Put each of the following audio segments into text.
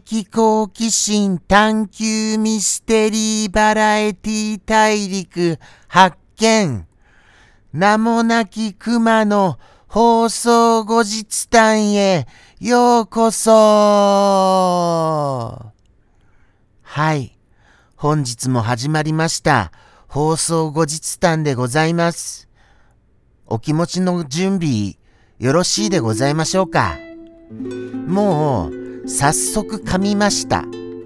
き好奇心探求ミステリーバラエティ大陸発見。名もなき熊の放送後日談へようこそ。はい。本日も始まりました放送後日談でございます。お気持ちの準備よろしいでございましょうか。もう早速噛みました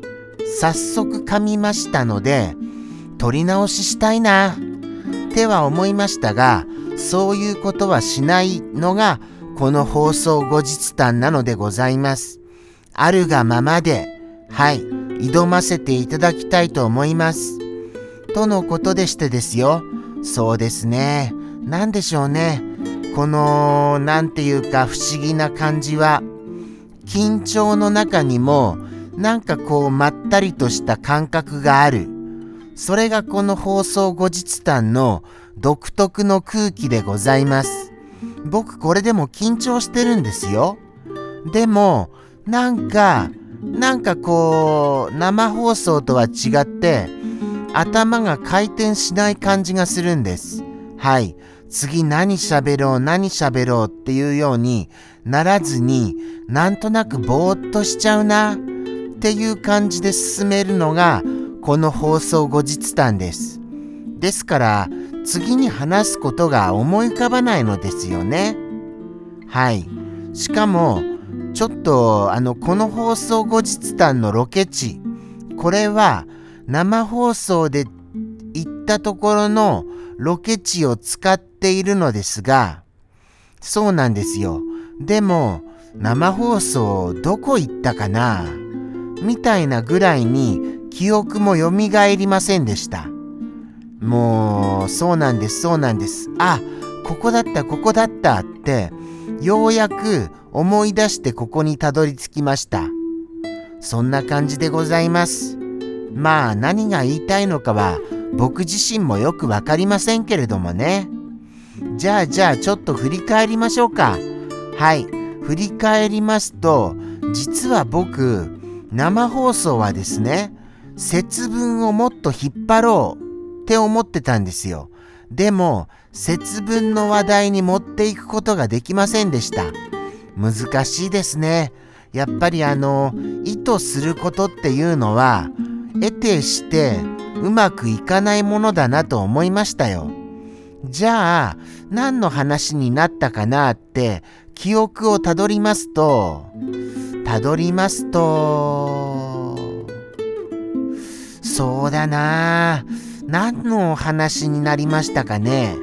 ので撮り直ししたいなっては思いましたが、そういうことはしないのがこの放送後日談なのでございます。あるがままで挑ませていただきたいと思いますとのことでしてですよ。そうですね、なんでしょうね、このなんていうか不思議な感じは、緊張の中にもなんかこうまったりとした感覚がある。それがこの放送後日談の独特の空気でございます。僕これでも緊張してるんですよ。でもなんかこう生放送とは違って頭が回転しない感じがするんです。次何喋ろうっていうようにならずに、なんとなくぼーっとしちゃうなっていう感じで進めるのがこの放送後日談です。ですから次に話すことが思い浮かばないのですよね。しかもちょっとこの放送後日談のロケ地、これは生放送で行ったところのロケ地を使っているのですが、そうなんですよ。でも生放送どこ行ったかなみたいなぐらいに記憶もよみがえりませんでした。もうそうなんです。ここだったってようやく思い出してここにたどり着きました。そんな感じでございます。まあ何が言いたいのかは僕自身もよくわかりませんけれどもね。じゃあちょっと振り返りましょうか。振り返りますと、実は僕生放送はですね、節分をもっと引っ張ろうって思ってたんですよ。でも節分の話題に持っていくことができませんでした。難しいですね。やっぱり意図することっていうのは得てしてうまくいかないものだなと思いましたよ。じゃあ何の話になったかなって記憶をたどりますとそうだな、何のお話になりましたかね。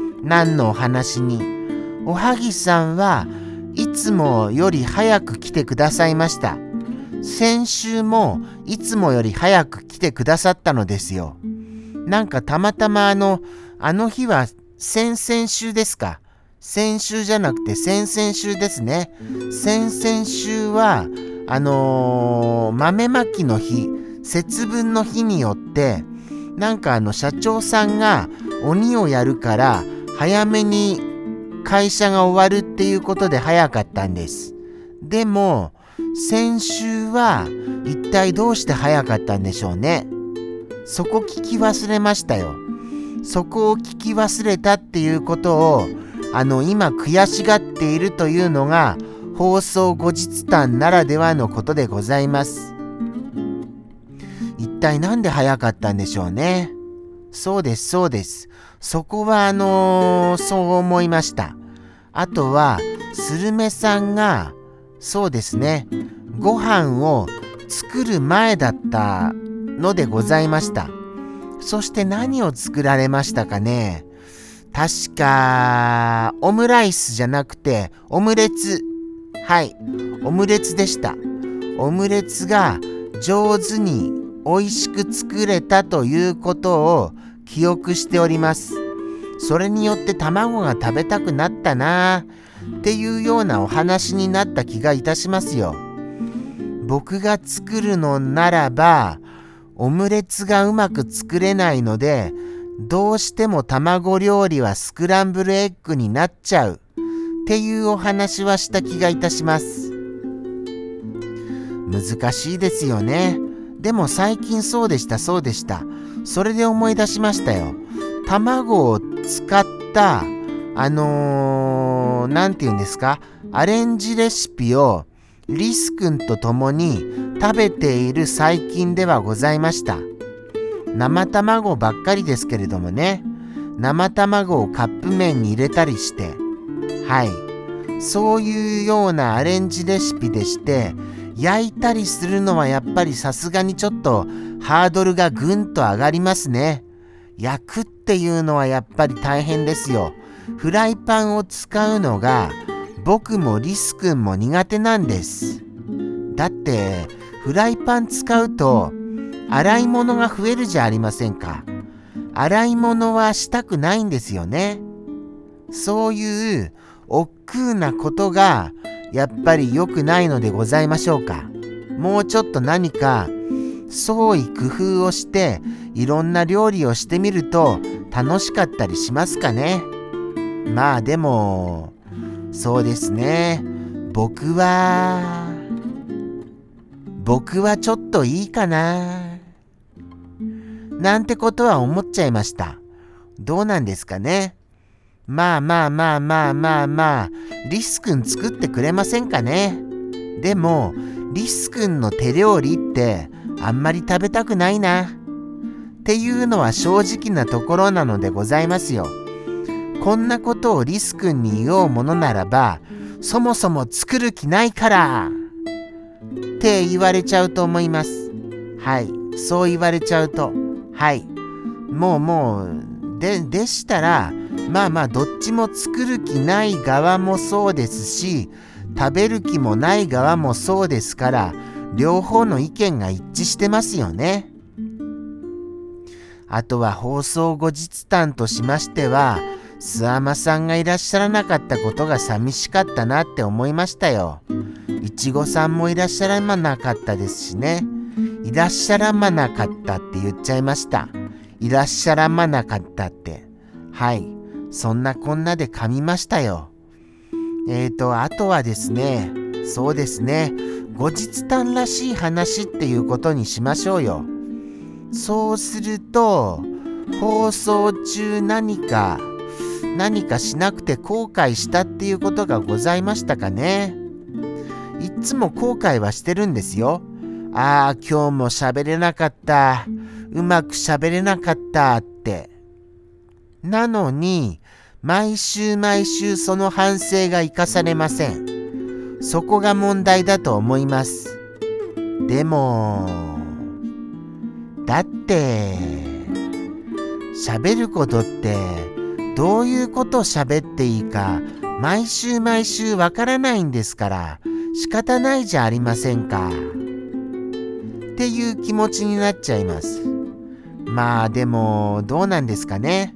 おはぎさんはいつもより早く来てくださいました。先週もいつもより早く来てくださったのですよ。なんかたまたまあの日は先々週ですか。先週じゃなくて先々週ですね。先々週は豆まきの日、節分の日によってなんか社長さんが鬼をやるから早めに会社が終わるっていうことで早かったんです。でも先週は一体どうして早かったんでしょうね。そこ聞き忘れましたよ。そこを聞き忘れたっていうことを今悔しがっているというのが放送後日談ならではのことでございます。一体なんで早かったんでしょうね。そうです。そこはそう思いました。あとはスルメさんがそうですね、ご飯を作る前だったのでございました。そして何を作られましたかね。確かオムライスじゃなくてオムレツ。オムレツでした。オムレツが上手に美味しく作れたということを記憶しております。それによって卵が食べたくなったなっていうようなお話になった気がいたしますよ。僕が作るのならばオムレツがうまく作れないので、どうしても卵料理はスクランブルエッグになっちゃうっていうお話はした気がいたします。 難しいですよね。でも最近そうでした。それで思い出しましたよ。卵を使ったなんて言うんですか、アレンジレシピをリス君と共に食べている最近ではございました。生卵ばっかりですけれどもね。生卵をカップ麺に入れたりして、そういうようなアレンジレシピでして、焼いたりするのはやっぱりさすがにちょっとハードルがぐんと上がりますね。焼くっていうのはやっぱり大変ですよ。フライパンを使うのが僕もリス君も苦手なんです。だってフライパン使うと洗い物が増えるじゃありませんか。洗い物はしたくないんですよね。そういう億劫なことがやっぱり良くないのでございましょうか。もうちょっと何か創意工夫をしていろんな料理をしてみると楽しかったりしますかね。まあでもそうですね、僕はちょっといいかななんてことは思っちゃいました。どうなんですかね。まあリス君作ってくれませんかね。でもリス君の手料理ってあんまり食べたくないなっていうのは正直なところなのでございますよ。こんなことをリス君に言おうものならば、そもそも作る気ないからって言われちゃうと思います。そう言われちゃうと、もうでしたらどっちも作る気ない側もそうですし、食べる気もない側もそうですから、両方の意見が一致してますよね。あとは放送後日談としましては、諏訪間さんがいらっしゃらなかったことが寂しかったなって思いましたよ。いちごさんもいらっしゃらなかったですしね。いらっしゃらなかったって言っちゃいました。いらっしゃらなかったって。そんなこんなで噛みましたよ。あとはですね、そうですね、後日談らしい話っていうことにしましょうよ。そうすると、放送中何かしなくて後悔したっていうことがございましたかね。いっつも後悔はしてるんですよ。今日も喋れなかった。うまく喋れなかったって。なのに、毎週その反省が生かされません。そこが問題だと思います。でも、だって、喋ることってどういうこと喋っていいか毎週わからないんですから仕方ないじゃありませんかっていう気持ちになっちゃいます。まあでもどうなんですかね。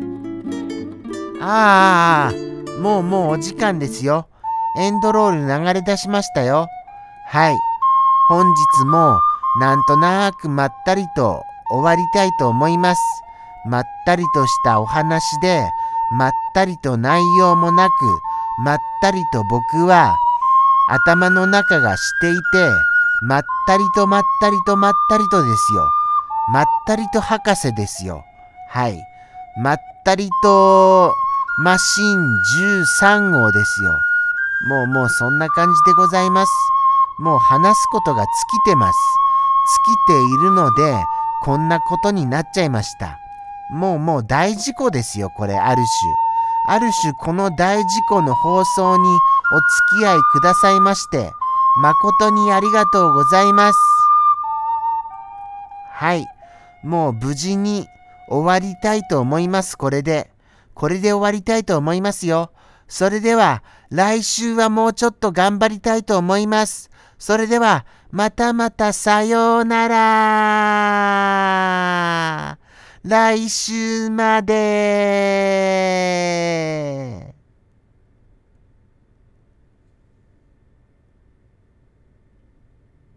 もうお時間ですよ。エンドロール流れ出しましたよ。本日もなんとなくまったりと終わりたいと思います。まったりとしたお話で、まったりと内容もなく、まったりと僕は頭の中がしていて、まったりとですよ。まったりと博士ですよ。まったりとマシン13号ですよ。もうそんな感じでございます。もう話すことが尽きてます。尽きているので、こんなことになっちゃいました。もう大事故ですよ、これ、ある種この大事故の放送にお付き合いくださいまして、誠にありがとうございます。もう無事に終わりたいと思います、これで終わりたいと思いますよ。それでは、来週はもうちょっと頑張りたいと思います。それでは、またさようなら。来週まで。